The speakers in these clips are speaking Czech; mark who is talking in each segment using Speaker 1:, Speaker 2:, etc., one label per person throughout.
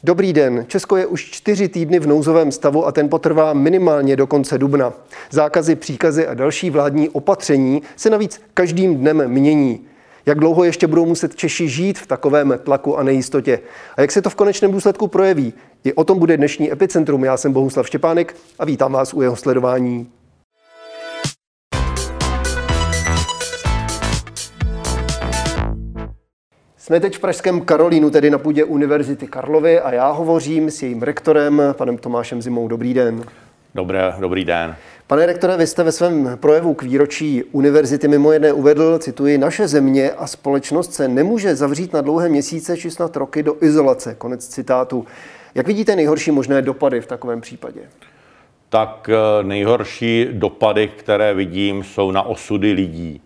Speaker 1: Dobrý den. Česko je už 4 týdny v nouzovém stavu a ten potrvá minimálně do konce dubna. Zákazy, příkazy a další vládní opatření se navíc každým dnem mění. Jak dlouho ještě budou muset Češi žít v takovém tlaku a nejistotě? A jak se to v konečném důsledku projeví? I o tom bude dnešní Epicentrum. Já jsem Bohuslav Štěpánek a vítám vás u jeho sledování. Jsme teď v pražském Karolínu, tedy na půdě Univerzity Karlovy, a já hovořím s jejím rektorem, panem Tomášem Zimou. Dobrý den.
Speaker 2: Dobrý den.
Speaker 1: Pane rektore, vy jste ve svém projevu k výročí univerzity mimo jiné uvedl, cituji, naše země a společnost se nemůže zavřít na dlouhé měsíce či snad roky do izolace. Konec citátu. Jak vidíte nejhorší možné dopady v takovém případě?
Speaker 2: Tak nejhorší dopady, které vidím, jsou na osudy lidí.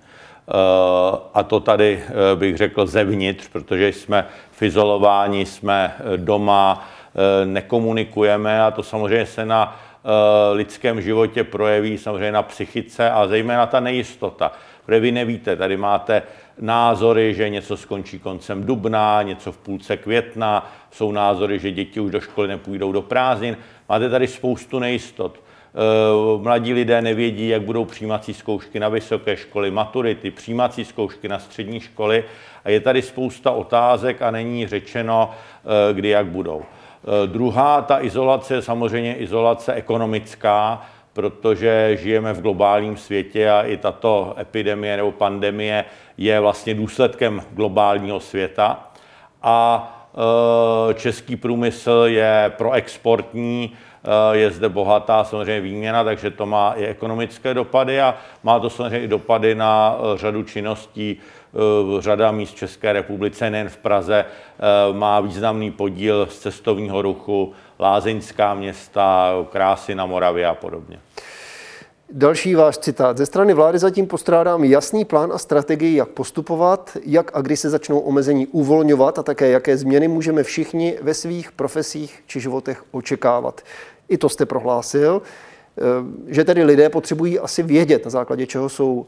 Speaker 2: A to tady bych řekl zevnitř, protože jsme v izolování, jsme doma, nekomunikujeme a to samozřejmě se na lidském životě projeví, samozřejmě na psychice a zejména ta nejistota. Protože vy nevíte, tady máte názory, že něco skončí koncem dubna, něco v půlce května, jsou názory, že děti už do školy nepůjdou do prázdnin. Máte tady spoustu nejistot. Mladí lidé nevědí, jak budou přijímací zkoušky na vysoké školy, maturity, přijímací zkoušky na střední školy a je tady spousta otázek a není řečeno, kdy jak budou. Druhá, ta izolace je samozřejmě izolace ekonomická, protože žijeme v globálním světě a i tato epidemie nebo pandemie je vlastně důsledkem globálního světa. A český průmysl je proexportní, je zde bohatá samozřejmě výměna, takže to má i ekonomické dopady a má to samozřejmě i dopady na řadu činností. Řada míst v České republice, nejen v Praze, má významný podíl z cestovního ruchu, lázeňská města, krásy na Moravě a podobně.
Speaker 1: Další váš citát. Ze strany vlády zatím postrádám jasný plán a strategii, jak postupovat, jak a kdy se začnou omezení uvolňovat a také jaké změny můžeme všichni ve svých profesích či životech očekávat. I to jste prohlásil, že tedy lidé potřebují asi vědět, na základě čeho jsou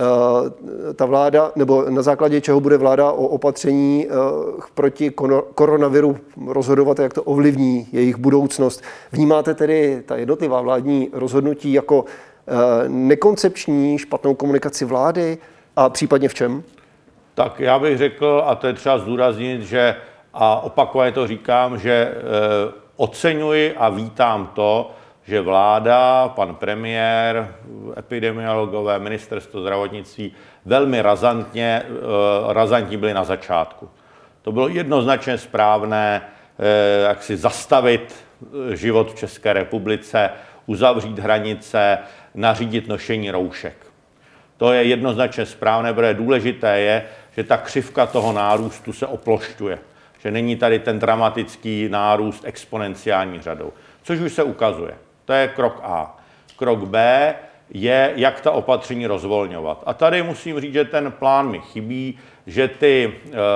Speaker 1: ta vláda, nebo na základě čeho bude vláda o opatření proti koronaviru rozhodovat, jak to ovlivní jejich budoucnost. Vnímáte tedy ta jednotlivá vládní rozhodnutí jako nekoncepční, špatnou komunikaci vlády a případně v čem?
Speaker 2: Tak já bych řekl, a to je třeba zdůraznit, že, a opakovaně to říkám, že oceňuji a vítám to, že vláda, pan premiér, epidemiologové, ministerstvo zdravotnictví velmi razantní byli na začátku. To bylo jednoznačně správné, jak si zastavit život v České republice, uzavřít hranice, nařídit nošení roušek. To je jednoznačně správné, protože důležité je, že ta křivka toho nárůstu se oplošťuje. Že není tady ten dramatický nárůst exponenciální řadou, což už se ukazuje. To je krok A. Krok B je, jak ta opatření rozvolňovat. A tady musím říct, že ten plán mi chybí, že ty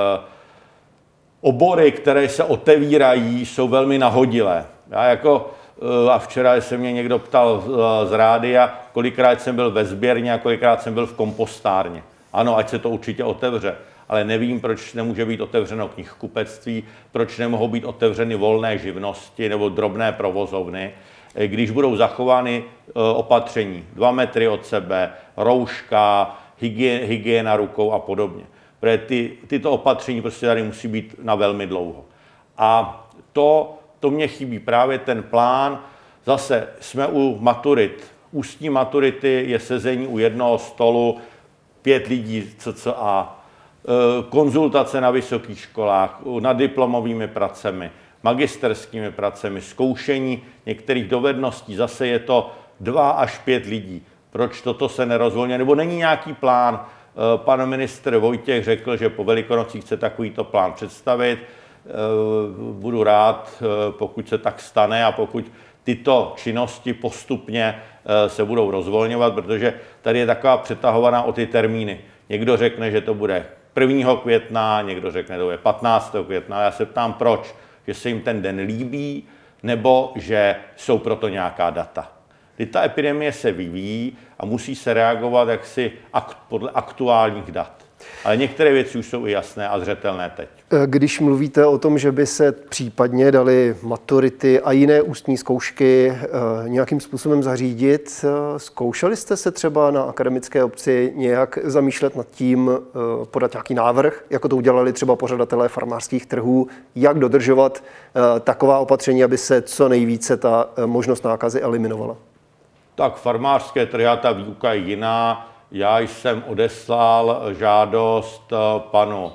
Speaker 2: obory, které se otevírají, jsou velmi nahodilé. A včera se mě někdo ptal z rádia, kolikrát jsem byl ve sběrně a kolikrát jsem byl v kompostárně. Ano, ať se to určitě otevře, ale nevím, proč nemůže být otevřeno knihkupectví, proč nemohou být otevřeny volné živnosti nebo drobné provozovny, když budou zachovány opatření 2 metry od sebe, rouška, hygiena rukou a podobně. Protože tyto opatření prostě tady musí být na velmi dlouho. A to mě chybí, právě ten plán. Zase jsme u maturit. Ústní maturity je sezení u jednoho stolu, 5 lidí cca, konzultace na vysokých školách, nad diplomovými pracemi, magisterskými pracemi, zkoušení některých dovedností, zase je to 2 až 5 lidí. Proč toto se nerozvolňuje? Nebo není nějaký plán? Pan ministr Vojtěch řekl, že po Velikonocích chce takovýto plán představit. Budu rád, pokud se tak stane a pokud tyto činnosti postupně se budou rozvolňovat, protože tady je taková přetahovaná o ty termíny. Někdo řekne, že to bude 1. května, někdo řekne, že to bude 15. května. Já se ptám, proč? Že se jim ten den líbí, nebo že jsou proto nějaká data. Kdy ta epidemie se vyvíjí a musí se reagovat jaksi podle aktuálních dat. Ale některé věci už jsou i jasné a zřetelné teď.
Speaker 1: Když mluvíte o tom, že by se případně daly maturity a jiné ústní zkoušky nějakým způsobem zařídit, zkoušeli jste se třeba na akademické obci nějak zamýšlet nad tím, podat nějaký návrh, jako to udělali třeba pořadatelé farmářských trhů, jak dodržovat taková opatření, aby se co nejvíce ta možnost nákazy eliminovala?
Speaker 2: Tak farmářské trhy a ta výuka je jiná. Já jsem odeslal žádost panu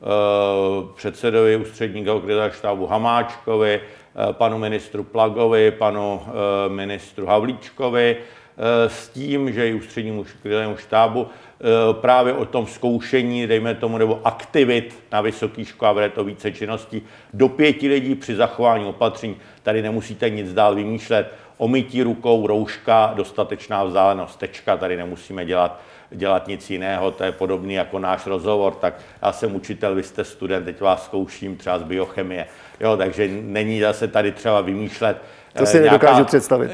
Speaker 2: předsedovi ústředního geokrizovému štábu Hamáčkovi, panu ministru Plagovi, panu ministru Havlíčkovi s tím, že i ústřednímu krizovému štábu právě o tom zkoušení, dejme tomu, nebo aktivit na vysokých školách, bude to více činností, do 5 lidí při zachování opatření. Tady nemusíte nic dál vymýšlet. Omytí rukou, rouška, dostatečná vzdálenost, tečka, tady nemusíme dělat nic jiného, to je podobný jako náš rozhovor, tak já jsem učitel, vy jste student, teď vás zkouším třeba z biochemie, jo, takže není zase tady třeba vymýšlet
Speaker 1: to si nedokážu představit.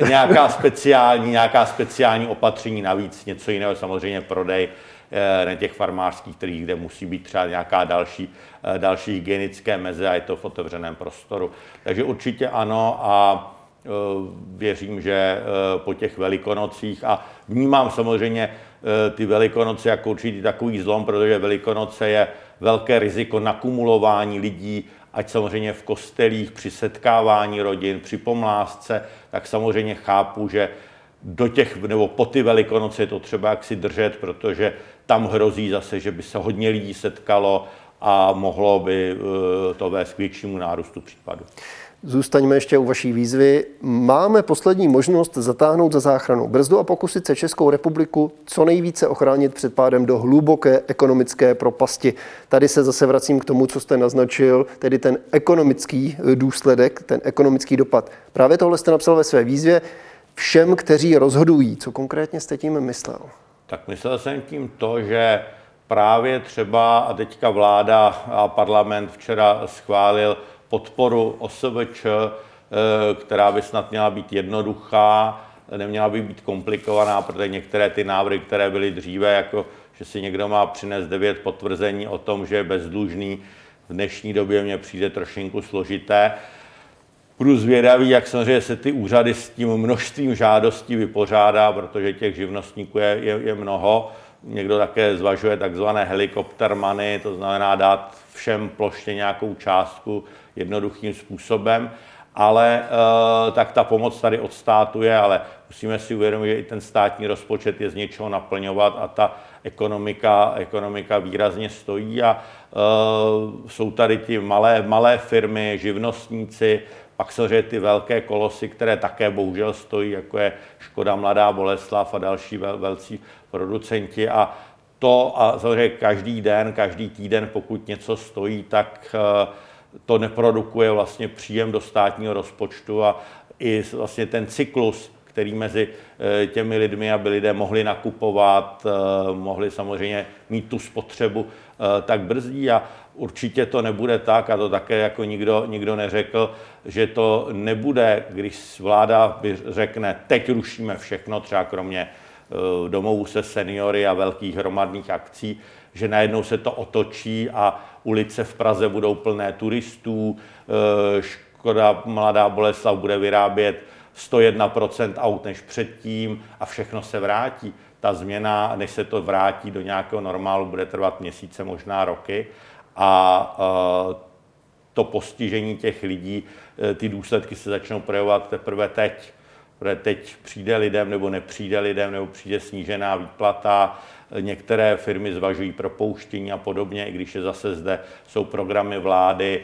Speaker 2: nějaká speciální opatření navíc, něco jiného, samozřejmě prodej na těch farmářských trhích, kde musí být třeba nějaká další hygienické meze a je to v otevřeném prostoru. Takže určitě ano a věřím, že po těch Velikonocích a vnímám samozřejmě ty Velikonoce jako určitý takový zlom, protože Velikonoce je velké riziko nakumulování lidí, ať samozřejmě v kostelích, při setkávání rodin, při pomlázce, tak samozřejmě chápu, že nebo po ty Velikonoce je to třeba jaksi držet, protože tam hrozí zase, že by se hodně lidí setkalo a mohlo by to vést k většímu nárůstu případů.
Speaker 1: Zůstaňme ještě u vaší výzvy. Máme poslední možnost zatáhnout za záchranu brzdu a pokusit se Českou republiku co nejvíce ochránit před pádem do hluboké ekonomické propasti. Tady se zase vracím k tomu, co jste naznačil, tedy ten ekonomický důsledek, ten ekonomický dopad. Právě tohle jste napsal ve své výzvě všem, kteří rozhodují. Co konkrétně jste tím myslel?
Speaker 2: Tak myslel jsem tím to, že právě třeba a teďka vláda a parlament včera schválil podporu OSVČ, která by snad měla být jednoduchá, neměla by být komplikovaná, protože některé ty návrhy, které byly dříve, jako že si někdo má přinést 9 potvrzení o tom, že je bezdlužný, v dnešní době mně přijde trošinku složité. Budu zvědavý, jak samozřejmě se ty úřady s tím množstvím žádostí vypořádá, protože těch živnostníků je mnoho. Někdo také zvažuje takzvané helikopter money, to znamená dát všem plošně nějakou částku jednoduchým způsobem, ale tak ta pomoc tady od státu je, ale musíme si uvědomit, že i ten státní rozpočet je z něčeho naplňovat a ta ekonomika výrazně stojí a jsou tady ti malé firmy, živnostníci, pak samozřejmě ty velké kolosy, které také bohužel stojí, jako je Škoda Mladá Boleslav a další velcí producenti a samozřejmě každý den, každý týden, pokud něco stojí, tak to neprodukuje vlastně příjem do státního rozpočtu a i vlastně ten cyklus, který mezi těmi lidmi, aby lidé mohli nakupovat, mohli samozřejmě mít tu spotřebu, tak brzdí a určitě to nebude tak, a to také jako nikdo neřekl, že to nebude, když vláda řekne, teď rušíme všechno, třeba kromě domovů se seniory a velkých hromadných akcí, že najednou se to otočí a ulice v Praze budou plné turistů, Škoda Mladá Boleslav bude vyrábět 101% aut než předtím a všechno se vrátí. Ta změna, než se to vrátí do nějakého normálu, bude trvat měsíce, možná roky a to postižení těch lidí, ty důsledky se začnou projevovat teprve teď. Protože teď přijde lidem nebo nepřijde lidem, nebo přijde snížená výplata, některé firmy zvažují propouštění a podobně, i když je zase zde jsou programy vlády,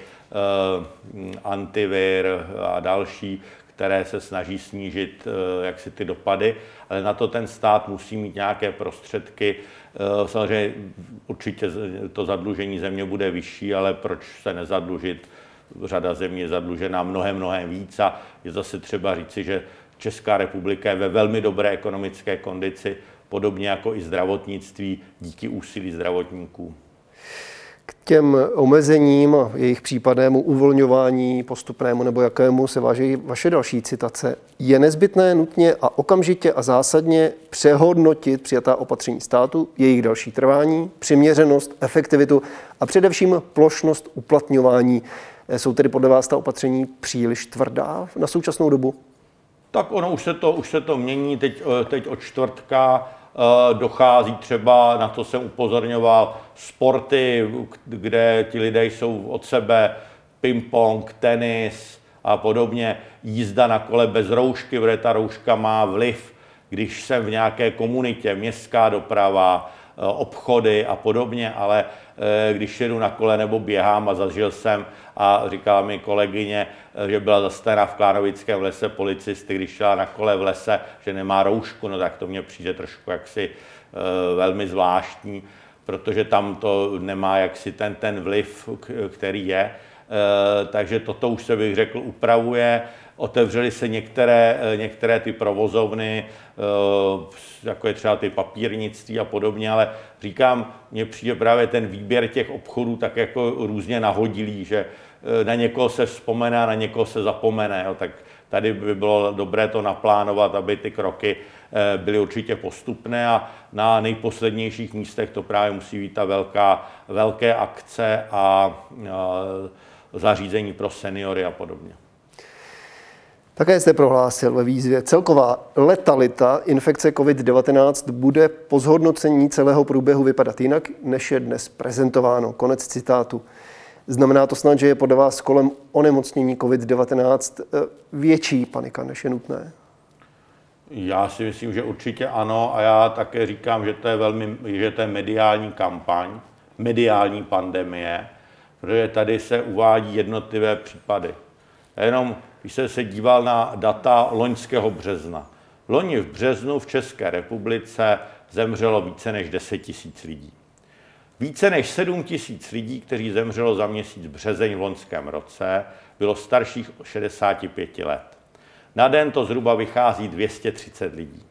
Speaker 2: antivir a další, které se snaží snížit jaksi ty dopady, ale na to ten stát musí mít nějaké prostředky. Samozřejmě určitě to zadlužení země bude vyšší, ale proč se nezadlužit? Řada zemí je zadlužená mnohem víc a je zase třeba říci, že Česká republika je ve velmi dobré ekonomické kondici, podobně jako i zdravotnictví, díky úsilí zdravotníků.
Speaker 1: K těm omezením a jejich případnému uvolňování postupnému nebo jakému se váží vaše další citace. Je nezbytné nutně a okamžitě a zásadně přehodnotit přijatá opatření státu, jejich další trvání, přiměřenost, efektivitu a především plošnost uplatňování. Jsou tedy podle vás ta opatření příliš tvrdá na současnou dobu?
Speaker 2: Tak ono už se to mění. Teď od čtvrtka dochází třeba, na to jsem upozorňoval, sporty, kde ti lidé jsou od sebe, ping-pong, tenis a podobně, jízda na kole bez roušky, protože ta rouška má vliv, když jsem v nějaké komunitě, městská doprava, obchody a podobně, ale když jedu na kole nebo běhám a zažil jsem, a říkala mi kolegyně, že byla zastavena v Klánovickém lese policisty, když šla na kole v lese, že nemá roušku, no tak to mně přijde trošku jaksi velmi zvláštní, protože tam to nemá jaksi ten vliv, který je. Takže toto už se, bych řekl, upravuje. Otevřely se některé ty provozovny, jako je třeba ty papírnictví a podobně, ale říkám, mně přijde právě ten výběr těch obchodů tak jako různě nahodilý, že na někoho se vzpomene a na někoho se zapomene. Jo. Tak tady by bylo dobré to naplánovat, aby ty kroky byly určitě postupné a na nejposlednějších místech to právě musí být ta velké akce a zařízení pro seniory a podobně.
Speaker 1: Také jste prohlásil ve výzvě, celková letalita infekce COVID-19 bude po zhodnocení celého průběhu vypadat jinak, než je dnes prezentováno. Konec citátu. Znamená to snad, že je podle vás kolem onemocnění COVID-19 větší panika, než je nutné?
Speaker 2: Já si myslím, že určitě ano a já také říkám, že to je mediální kampaň, mediální pandemie, protože tady se uvádí jednotlivé případy. Jenom když jsem se díval na data loňského března. Loni v březnu v České republice zemřelo více než 10 000 lidí. Více než 7 000 lidí, kteří zemřelo za měsíc březeň v loňském roce, bylo starších 65 let. Na den to zhruba vychází 230 lidí.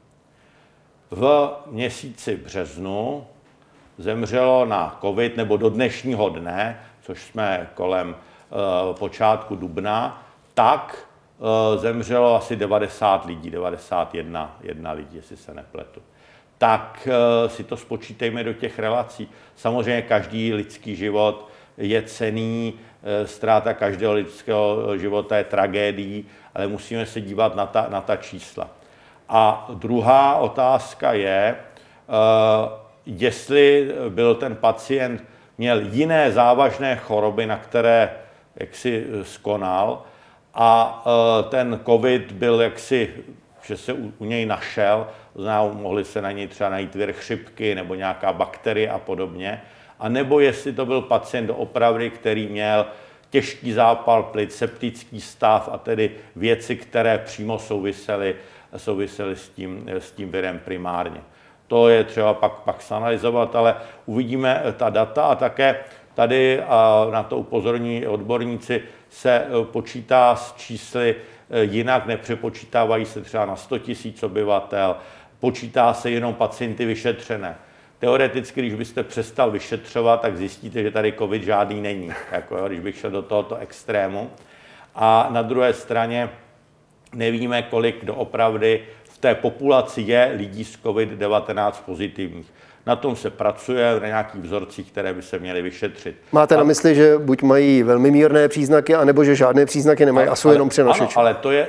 Speaker 2: V měsíci březnu zemřelo na covid, nebo do dnešního dne, což jsme kolem počátku dubna, tak zemřelo asi 90 lidí, 91 lidí, jestli se nepletu. Tak si to spočítejme do těch relací. Samozřejmě každý lidský život je cenný, ztráta každého lidského života je tragédií, ale musíme se dívat na ta čísla. A druhá otázka je, jestli byl ten pacient, měl jiné závažné choroby, na které jaksi skonal, a ten covid byl jaksi, že se u něj našel, mohli se na něj třeba najít vir chřipky nebo nějaká bakterie a podobně, a nebo jestli to byl pacient doopravdy, který měl těžký zápal plic, septický stav a tedy věci, které přímo souvisely s tím virem primárně. To je třeba pak zanalyzovat, ale uvidíme ta data a také tady, a na to upozorní odborníci, se počítá s čísly jinak, nepřepočítávají se třeba na 100 000 obyvatel, počítá se jenom pacienty vyšetřené. Teoreticky, když byste přestal vyšetřovat, tak zjistíte, že tady covid žádný není, když bych šel do tohoto extrému. A na druhé straně nevíme, kolik doopravdy v té populaci je lidí s COVID-19 pozitivních. Na tom se pracuje, na nějakých vzorcích, které by se měly vyšetřit.
Speaker 1: Máte na mysli, že buď mají velmi mírné příznaky, anebo že žádné příznaky nemají a jsou jenom přenašeči?
Speaker 2: Ano, ale to je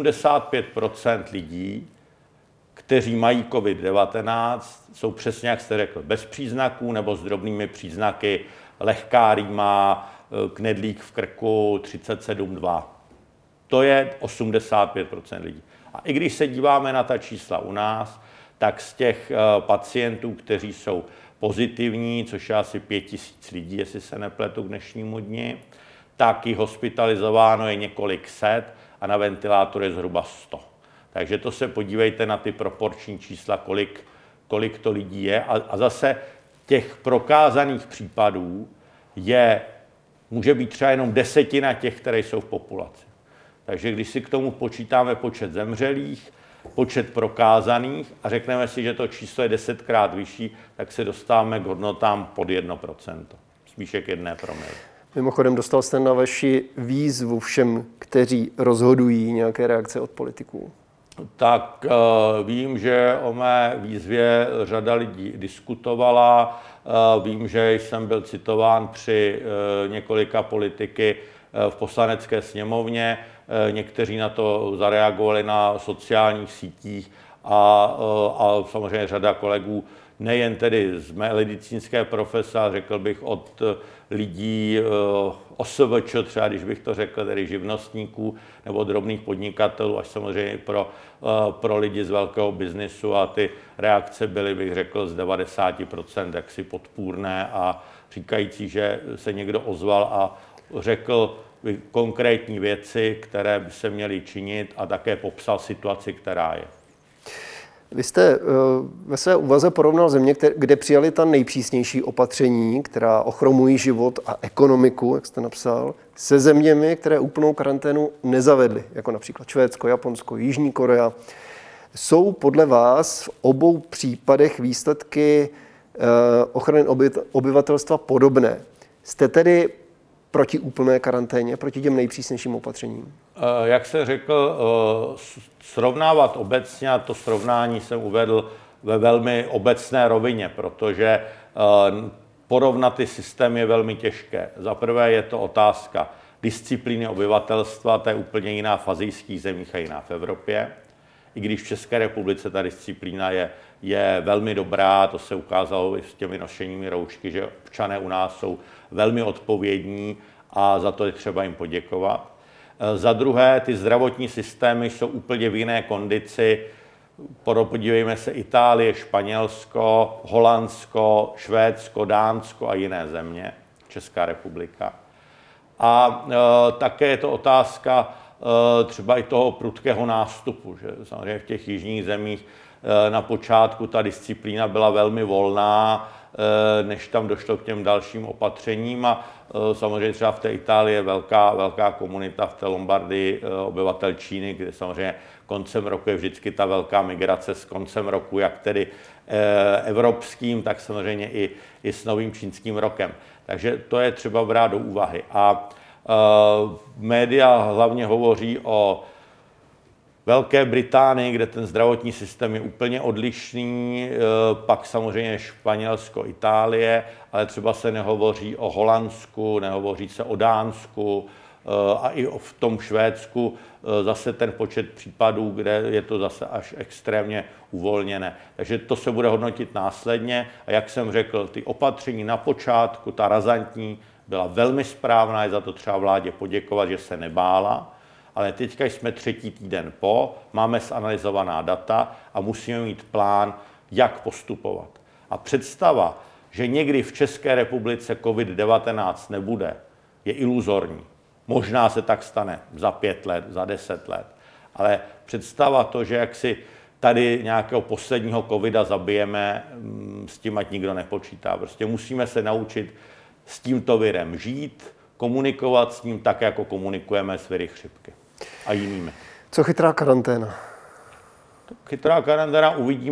Speaker 2: 85% lidí, kteří mají COVID-19, jsou přesně, jak jste řekl, bez příznaků nebo s drobnými příznaky, lehká rýma, knedlík v krku, 37,2. To je 85% lidí. A i když se díváme na ta čísla u nás, tak z těch pacientů, kteří jsou pozitivní, což je asi 5 000 lidí, jestli se nepletu k dnešnímu dni, tak jich hospitalizováno je několik set a na ventilátoru je zhruba 100. Takže to se podívejte na ty proporční čísla, kolik to lidí je. A zase těch prokázaných případů může být třeba jenom 10% těch, které jsou v populaci. Takže když si k tomu počítáme počet zemřelých, počet prokázaných a řekneme si, že to číslo je 10krát vyšší, tak se dostáváme k hodnotám pod 1%. spíše k 1 promile.
Speaker 1: Mimochodem, dostal jste na vaši výzvu všem, kteří rozhodují, nějaké reakce od politiků?
Speaker 2: Tak vím, že o mé výzvě řada lidí diskutovala. Vím, že jsem byl citován při několika politiky v Poslanecké sněmovně. Někteří na to zareagovali na sociálních sítích a samozřejmě řada kolegů, nejen tedy z mé medicínské profese, řekl bych od lidí OSVČ, třeba když bych to řekl, tedy živnostníků nebo drobných podnikatelů, až samozřejmě pro lidi z velkého biznisu, a ty reakce byly, bych řekl, z 90% jaksi podpůrné a říkající, že se někdo ozval a řekl konkrétní věci, které by se měly činit, a také popsal situaci, která je.
Speaker 1: Vy jste ve své úvaze porovnal země, kde přijali ta nejpřísnější opatření, která ochromují život a ekonomiku, jak jste napsal, se zeměmi, které úplnou karanténu nezavedly, jako například Švédsko, Japonsko, Jižní Korea. Jsou podle vás v obou případech výsledky ochrany obyvatelstva podobné? Jste tedy proti úplné karanténě, proti těm nejpřísnějším opatřením?
Speaker 2: Jak jsem řekl, srovnávat obecně, a to srovnání jsem uvedl ve velmi obecné rovině, protože porovnat ty systémy je velmi těžké. Za prvé je to otázka disciplíny obyvatelstva, to je úplně jiná v asijských zemích a jiná v Evropě. I když v České republice ta disciplína je velmi dobrá, to se ukázalo i s těmi nošeními roušky, že občané u nás jsou velmi odpovědní a za to je třeba jim poděkovat. Za druhé, ty zdravotní systémy jsou úplně v jiné kondici. Podívejme se Itálie, Španělsko, Holandsko, Švédsko, Dánsko a jiné země, Česká republika. A také je to otázka třeba i toho prudkého nástupu, že samozřejmě v těch jižních zemích na počátku ta disciplína byla velmi volná, než tam došlo k těm dalším opatřením, a samozřejmě třeba v té Itálii je velká komunita, v té Lombardii obyvatel Číny, kde samozřejmě koncem roku je vždycky ta velká migrace s koncem roku, jak tedy evropským, tak samozřejmě i s novým čínským rokem. Takže to je třeba brát do úvahy. A média hlavně hovoří o Velké Británii, kde ten zdravotní systém je úplně odlišný, pak samozřejmě Španělsko, Itálie, ale třeba se nehovoří o Holandsku, nehovoří se o Dánsku a i v tom Švédsku zase ten počet případů, kde je to zase až extrémně uvolněné. Takže to se bude hodnotit následně a jak jsem řekl, ty opatření na počátku, ta razantní, byla velmi správná, je za to třeba vládě poděkovat, že se nebála. Ale teďka jsme 3. týden máme zanalyzovaná data a musíme mít plán, jak postupovat. A představa, že někdy v České republice COVID-19 nebude, je iluzorní. Možná se tak stane za 5 let, za 10 let. Ale představa to, že jak si tady nějakého posledního covida zabijeme, s tím ať nikdo nepočítá. Prostě musíme se naučit s tímto virem žít, komunikovat s ním tak, jako komunikujeme s viry chřipky a jinými.
Speaker 1: Co chytrá karanténa?
Speaker 2: Chytrá karanténa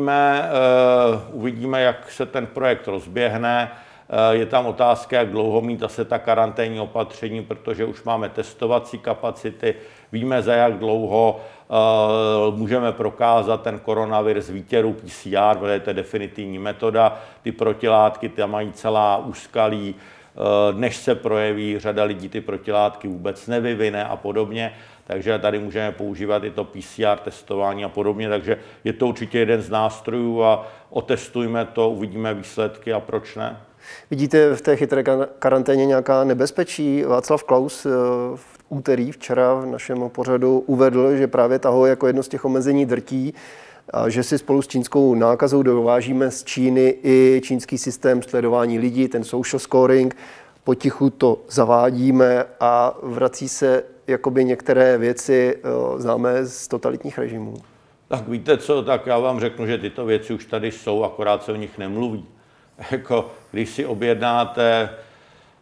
Speaker 2: uvidíme, jak se ten projekt rozběhne. Je tam otázka, jak dlouho mít zase ta karanténní opatření, protože už máme testovací kapacity. Víme, za jak dlouho můžeme prokázat ten koronavir z výtěru PCR, protože to je definitivní metoda. Ty protilátky tam mají celá úskalí, než se projeví, řada lidí ty protilátky vůbec nevyvine a podobně. Takže tady můžeme používat i to PCR testování a podobně. Takže je to určitě jeden z nástrojů a otestujme to, uvidíme výsledky a proč ne.
Speaker 1: Vidíte v té chytré karanténě nějaká nebezpečí? Václav Klaus v úterý včera v našem pořadu uvedl, že právě taho jako jedno z těch omezení drtí, a že si spolu s čínskou nákazou dovážíme z Číny i čínský systém sledování lidí, ten social scoring. Potichu to zavádíme a vrací se jakoby některé věci známé z totalitních režimů.
Speaker 2: Tak víte co, tak já vám řeknu, že tyto věci už tady jsou, akorát se o nich nemluví. Jako, když si objednáte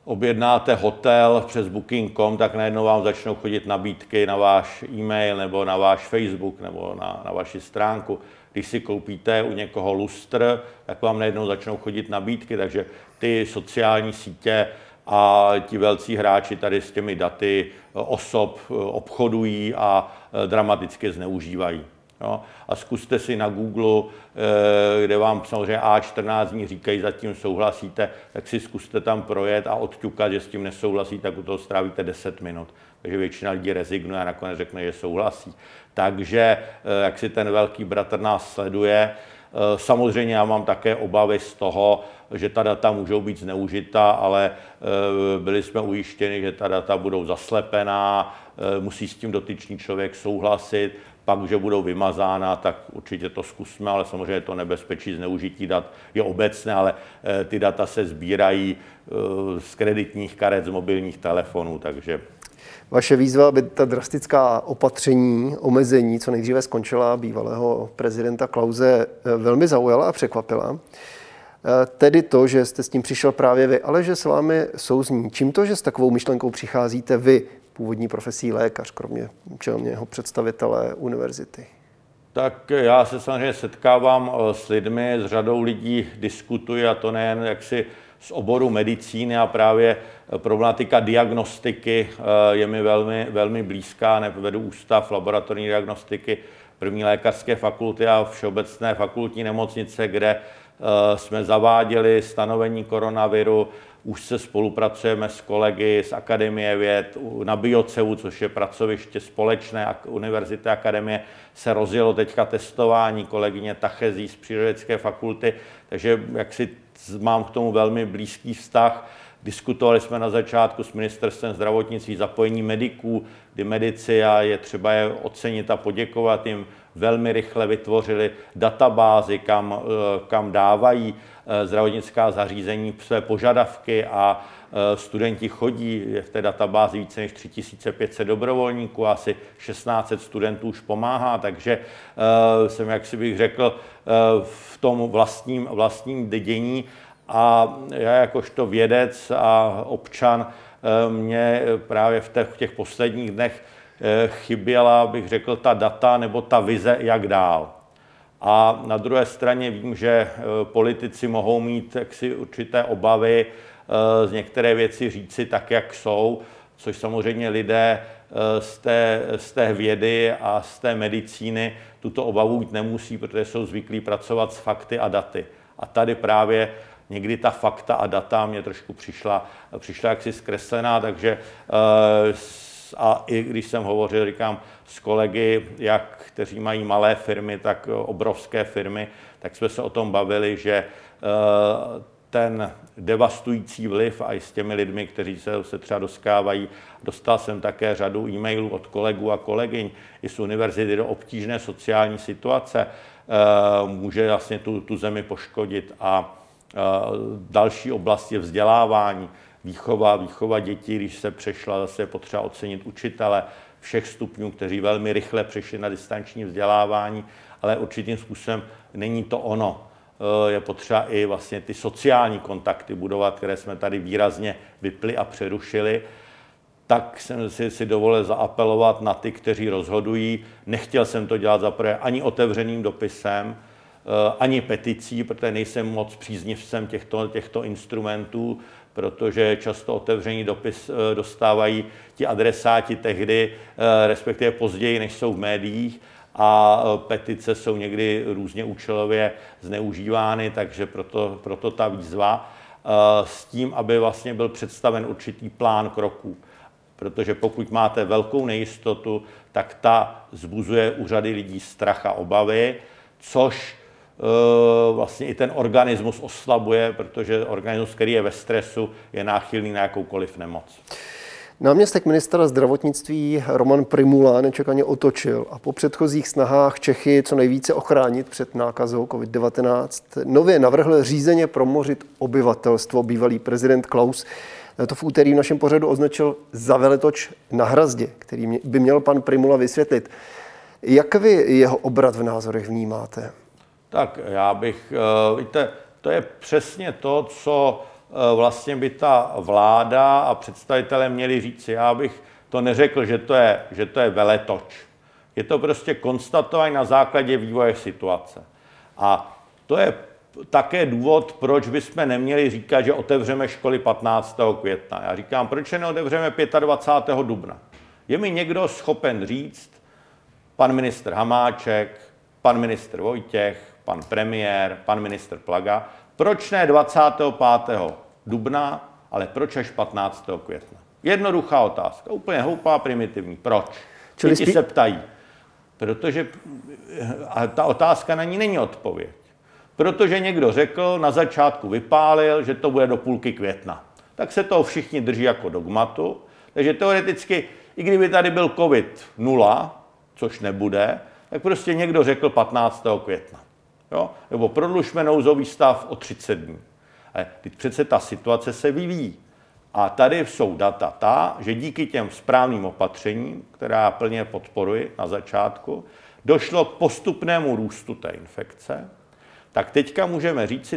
Speaker 2: objednáte hotel přes Booking.com, tak najednou vám začnou chodit nabídky na váš e-mail nebo na váš Facebook nebo na vaši stránku. Když si koupíte u někoho lustr, tak vám najednou začnou chodit nabídky, takže ty sociální sítě a ti velcí hráči tady s těmi daty osob obchodují a dramaticky zneužívají. Jo? A zkuste si na Google, kde vám samozřejmě A14 dní říkají, zatím souhlasíte, tak si zkuste tam projet a odťukat, že s tím nesouhlasí, tak u toho strávíte 10 minut. Takže většina lidí rezignuje a nakonec řekne, že souhlasí. Takže jak si ten velký bratr nás sleduje, samozřejmě já mám také obavy z toho, že ta data můžou být zneužita, ale byli jsme ujištěni, že ta data budou zaslepená, musí s tím dotyčný člověk souhlasit, pak, že budou vymazána, tak určitě to zkusme, ale samozřejmě to nebezpečí zneužití dat je obecné, ale ty data se sbírají z kreditních karet, z mobilních telefonů, takže...
Speaker 1: Vaše výzva, aby ta drastická opatření, omezení, co nejdříve skončila, bývalého prezidenta Klause velmi zaujala a překvapila. Tedy to, že jste s tím přišel právě vy, ale že s vámi souzní. Čím to, že s takovou myšlenkou přicházíte vy, původní profesí lékař, kromě čelného představitele univerzity?
Speaker 2: Tak já se samozřejmě setkávám s lidmi, s řadou lidí diskutuji, a to nejen jaksi z oboru medicíny, a právě problematika diagnostiky je mi velmi, velmi blízká. Vedu ústav laboratorní diagnostiky první lékařské fakulty a všeobecné fakultní nemocnice, kde jsme zaváděli stanovení koronaviru. Už se spolupracujeme s kolegy z Akademie věd. Na Biocevu, což je pracoviště společné univerzity akademie, se rozjelo teďka testování, kolegyně Tachezí z přírodovědecké fakulty, takže jak si mám k tomu velmi blízký vztah. Diskutovali jsme na začátku s ministerstvem zdravotnictví zapojení mediků, kdy medici, a je třeba je ocenit a poděkovat jim, velmi rychle vytvořili databázi, kam dávají zdravotnická zařízení své požadavky, a studenti chodí, je v té databázi více než 3500 dobrovolníků, asi 1600 studentů už pomáhá, takže jsem, jak si bych řekl, v tom vlastním dění. A já jakožto vědec a občan mě právě v těch posledních dnech chyběla, bych řekl, ta data nebo ta vize, jak dál. A na druhé straně vím, že politici mohou mít jaksi určité obavy z některé věci říci tak, jak jsou, což samozřejmě lidé z té vědy a z té medicíny tuto obavu mít nemusí, protože jsou zvyklí pracovat s fakty a daty. A tady právě někdy ta fakta a data mě trošku přišla jaksi zkreslená, takže a i když jsem hovořil, říkám, s kolegy, kteří mají malé firmy, tak obrovské firmy, tak jsme se o tom bavili, že ten devastující vliv a i s těmi lidmi, kteří se třeba doskávají, dostal jsem také řadu e-mailů od kolegů a kolegyň i z univerzity do obtížné sociální situace, může vlastně tu zemi poškodit. A další oblast je vzdělávání, výchova dětí, když se přešla, zase je potřeba ocenit učitele všech stupňů, kteří velmi rychle přešli na distanční vzdělávání, ale určitým způsobem není to ono. Je potřeba i vlastně ty sociální kontakty budovat, které jsme tady výrazně vypli a přerušili. Tak jsem si dovolil zaapelovat na ty, kteří rozhodují. Nechtěl jsem to dělat zaprvé ani otevřeným dopisem, ani peticí, protože nejsem moc příznivcem těchto instrumentů, protože často otevřený dopis dostávají ti adresáti tehdy, respektive později, než jsou v médiích, a petice jsou někdy různě účelově zneužívány, takže proto ta výzva s tím, aby vlastně byl představen určitý plán kroků. Protože pokud máte velkou nejistotu, tak ta vzbuzuje u řady lidí strach a obavy, což vlastně i ten organismus oslabuje, protože organismus, který je ve stresu, je náchylný na jakoukoliv nemoc.
Speaker 1: Náměstek ministra zdravotnictví Roman Prymula nečekaně otočil a po předchozích snahách Čechy co nejvíce ochránit před nákazou COVID-19 nově navrhl řízeně promořit obyvatelstvo. Bývalý prezident Klaus to v úterý v našem pořadu označil za veletoč na Hrazdě, který by měl pan Prymula vysvětlit. Jak vy jeho obrat v názorech vnímáte?
Speaker 2: Tak já bych, víte, to je přesně to, co vlastně by ta vláda a představitelé měli říci, já bych to neřekl, že to je veletoč. Je to prostě konstatování na základě vývoje situace. A to je také důvod, proč bychom neměli říkat, že otevřeme školy 15. května. Já říkám, proč je neotevřeme 25. dubna. Je mi někdo schopen říct, pan ministr Hamáček, pan ministr Vojtěch, pan premiér, pan ministr Plaga, proč ne 25. dubna, ale proč až 15. května? Jednoduchá otázka, úplně hloupá, primitivní. Proč? Děti se ptají. Protože a ta otázka na ní není odpověď. Protože někdo řekl, na začátku vypálil, že to bude do půlky května. Tak se toho všichni drží jako dogmatu. Takže teoreticky, i kdyby tady byl covid 0, což nebude, tak prostě někdo řekl 15. května. Jo? Nebo prodlužme nouzový stav o 30 dní. Ale teď přece ta situace se vyvíjí. A tady jsou data ta, že díky těm správným opatřením, která plně podporuji na začátku, došlo k postupnému růstu té infekce, tak teďka můžeme říct si,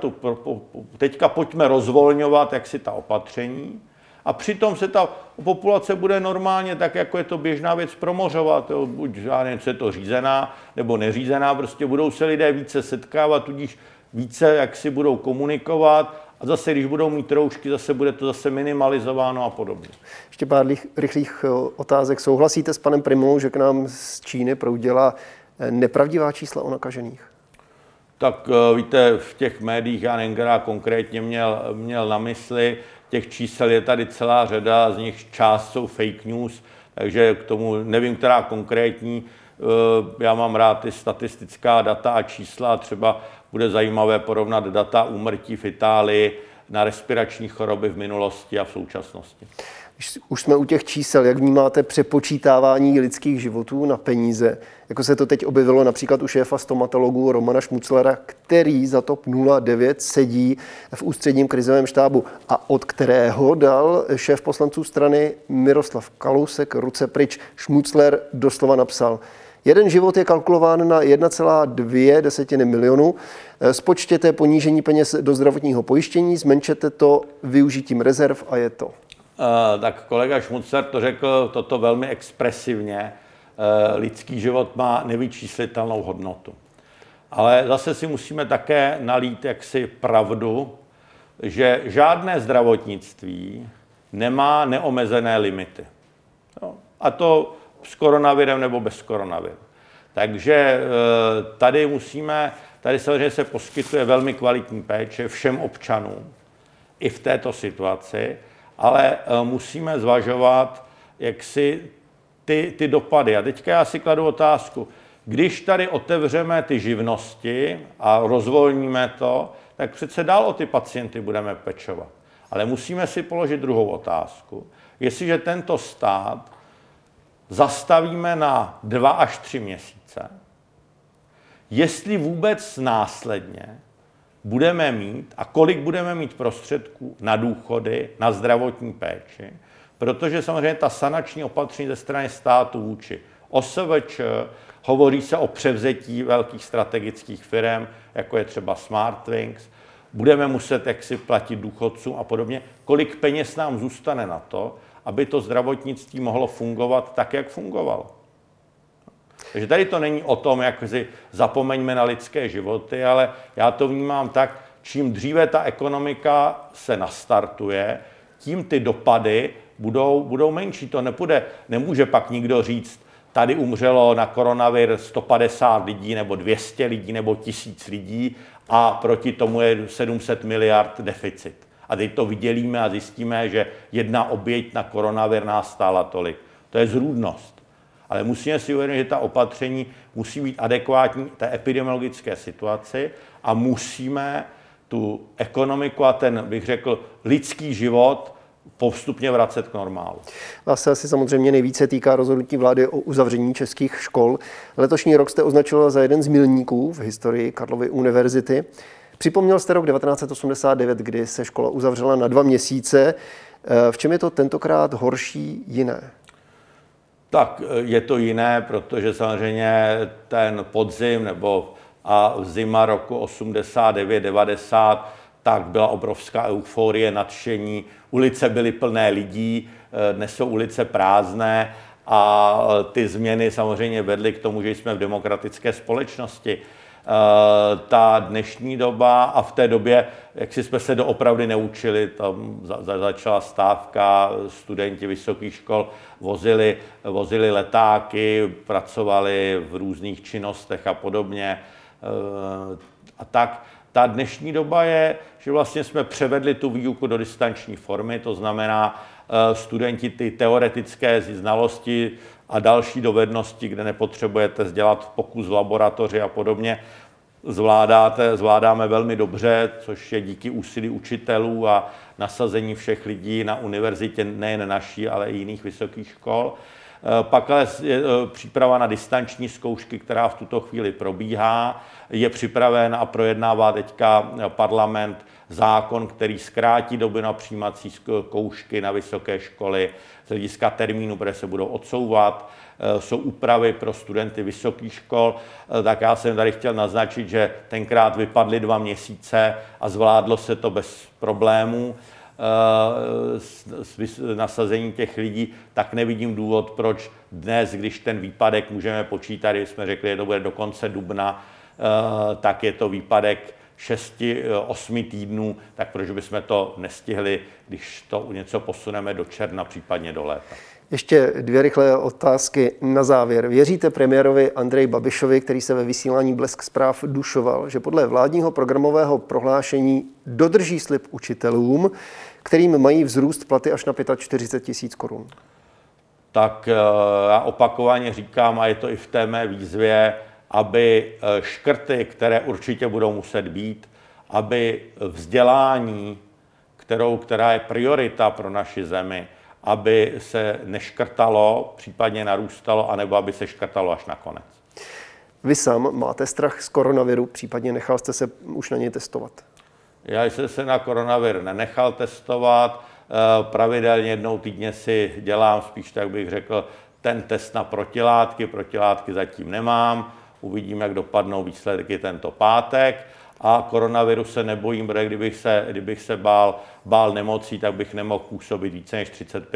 Speaker 2: teďka pojďme rozvolňovat jaksi ta opatření a přitom se ta populace bude normálně, tak jako je to běžná věc, promořovat. Jo, buď je to řízená nebo neřízená, prostě budou se lidé více setkávat, tudíž více jaksi budou komunikovat a zase, když budou mít roušky, zase bude to zase minimalizováno a podobně.
Speaker 1: Ještě pár rychlých otázek. Souhlasíte s panem Primulou, že k nám z Číny proudila nepravdivá čísla o nakažených?
Speaker 2: Tak víte, v těch médiích já nevím, která konkrétně měl na mysli, těch čísel je tady celá řada, z nich část jsou fake news, takže k tomu nevím, která konkrétní. Já mám rád ty statistická data a čísla, třeba bude zajímavé porovnat data úmrtí v Itálii na respirační choroby v minulosti a v současnosti.
Speaker 1: Už jsme u těch čísel, jak vnímáte přepočítávání lidských životů na peníze? Jako se to teď objevilo například u šéfa stomatologů Romana Šmuclera, který za TOP 09 sedí v ústředním krizovém štábu a od kterého dal šéf poslanců strany Miroslav Kalousek ruce pryč. Šmucler doslova napsal: jeden život je kalkulován na 1,2 milionu. Spočtěte ponížení peněz do zdravotního pojištění, zmenšete to využitím rezerv a je to.
Speaker 2: Tak kolega Šmucler to řekl toto velmi expresivně. Lidský život má nevyčíslitelnou hodnotu. Ale zase si musíme také nalít jaksi pravdu, že žádné zdravotnictví nemá neomezené limity. A to s koronavirem nebo bez koronaviru. Takže tady samozřejmě se poskytuje velmi kvalitní péče všem občanům i v této situaci, ale musíme zvažovat, jak si ty dopady. A teďka já si kladu otázku, když tady otevřeme ty živnosti a rozvolníme to, tak přece dál o ty pacienty budeme pečovat. Ale musíme si položit druhou otázku. Jestliže tento stát zastavíme na 2 až 3 měsíce, jestli vůbec následně budeme mít a kolik budeme mít prostředků na důchody, na zdravotní péči, protože samozřejmě ta sanační opatření ze strany státu vůči OSVČ, hovoří se o převzetí velkých strategických firm, jako je třeba Smartwings, budeme muset jaksi platit důchodcům a podobně, kolik peněz nám zůstane na to, aby to zdravotnictví mohlo fungovat tak, jak fungovalo. Takže tady to není o tom, jak si zapomeňme na lidské životy, ale já to vnímám tak, čím dříve ta ekonomika se nastartuje, tím ty dopady budou menší. To nemůže pak nikdo říct, tady umřelo na koronavir 150 lidí, nebo 200 lidí, nebo 1000 lidí a proti tomu je 700 miliard deficit. A teď to vydělíme a zjistíme, že jedna oběť na koronavir nás stála tolik. To je zrůdnost. Ale musíme si uvědomit, že ta opatření musí být adekvátní té epidemiologické situaci a musíme tu ekonomiku a ten, bych řekl, lidský život postupně vracet k normálu.
Speaker 1: Vás se asi samozřejmě nejvíce týká rozhodnutí vlády o uzavření českých škol. Letošní rok jste označil za jeden z milníků v historii Karlovy univerzity. Připomněl jste rok 1989, kdy se škola uzavřela na 2 měsíce. V čem je to tentokrát horší, jiné?
Speaker 2: Tak je to jiné, protože samozřejmě ten podzim a zima roku 89-90, tak byla obrovská euforie, nadšení, ulice byly plné lidí, dnes jsou ulice prázdné a ty změny samozřejmě vedly k tomu, že jsme v demokratické společnosti. Ta dnešní doba a v té době, jak si jsme se doopravdy neučili, tam začala stávka, studenti vysokých škol vozili letáky, pracovali v různých činnostech a podobně. A tak ta dnešní doba je, že vlastně jsme převedli tu výuku do distanční formy, to znamená, studenti ty teoretické znalosti a další dovednosti, kde nepotřebujete dělat pokus v laboratoři a podobně, zvládáme velmi dobře, což je díky úsilí učitelů a nasazení všech lidí na univerzitě, nejen naší, ale i jiných vysokých škol. Pak ale je příprava na distanční zkoušky, která v tuto chvíli probíhá. Je připraven a projednává teďka parlament zákon, který zkrátí doby na přijímací zkoušky na vysoké školy z hlediska termínu, protože se budou odsouvat. Jsou úpravy pro studenty vysokých škol, tak já jsem tady chtěl naznačit, že tenkrát vypadly 2 měsíce a zvládlo se to bez problémů. S nasazením těch lidí, tak nevidím důvod, proč dnes, když ten výpadek můžeme počítat, když jsme řekli, že to bude do konce dubna, tak je to výpadek 6-8 týdnů, tak proč bychom to nestihli, když to něco posuneme do června, případně do léta.
Speaker 1: Ještě 2 rychlé otázky na závěr. Věříte premiérovi Andreji Babišovi, který se ve vysílání Blesk zpráv dušoval, že podle vládního programového prohlášení dodrží slib učitelům, kterým mají vzrůst platy až na 45 000 korun?
Speaker 2: Tak já opakovaně říkám, a je to i v té mé výzvě, aby škrty, které určitě budou muset být, aby vzdělání, která je priorita pro naši zemi, aby se neškrtalo, případně narůstalo, anebo aby se škrtalo až nakonec.
Speaker 1: Vy sám máte strach z koronaviru, případně nechal jste se už na něj testovat?
Speaker 2: Já jsem se na koronavir nenechal testovat, pravidelně jednou týdně si dělám, spíš tak bych řekl, ten test na protilátky zatím nemám, uvidím, jak dopadnou výsledky tento pátek. A koronaviru se nebojím, protože kdybych se bál nemocí, tak bych nemohl působit více než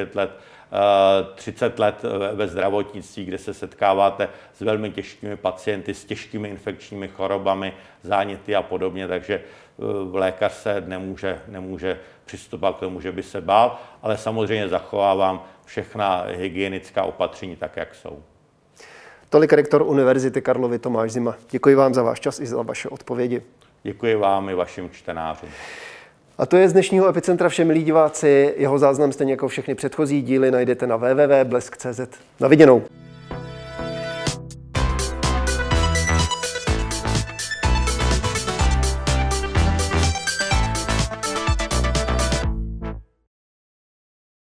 Speaker 2: 30 let ve zdravotnictví, kde se setkáváte s velmi těžkými pacienty, s těžkými infekčními chorobami, záněty a podobně, takže lékař se nemůže přistupovat k tomu, že by se bál, ale samozřejmě zachovávám všechna hygienická opatření tak, jak jsou.
Speaker 1: Tolik rektor Univerzity Karlovy Tomáš Zima. Děkuji vám za váš čas i za vaše odpovědi.
Speaker 2: Děkuji vám i vašim čtenářům.
Speaker 1: A to je z dnešního Epicentra vše, milí diváci. Jeho záznam stejně jako všechny předchozí díly najdete na www.blesk.cz. Na viděnou.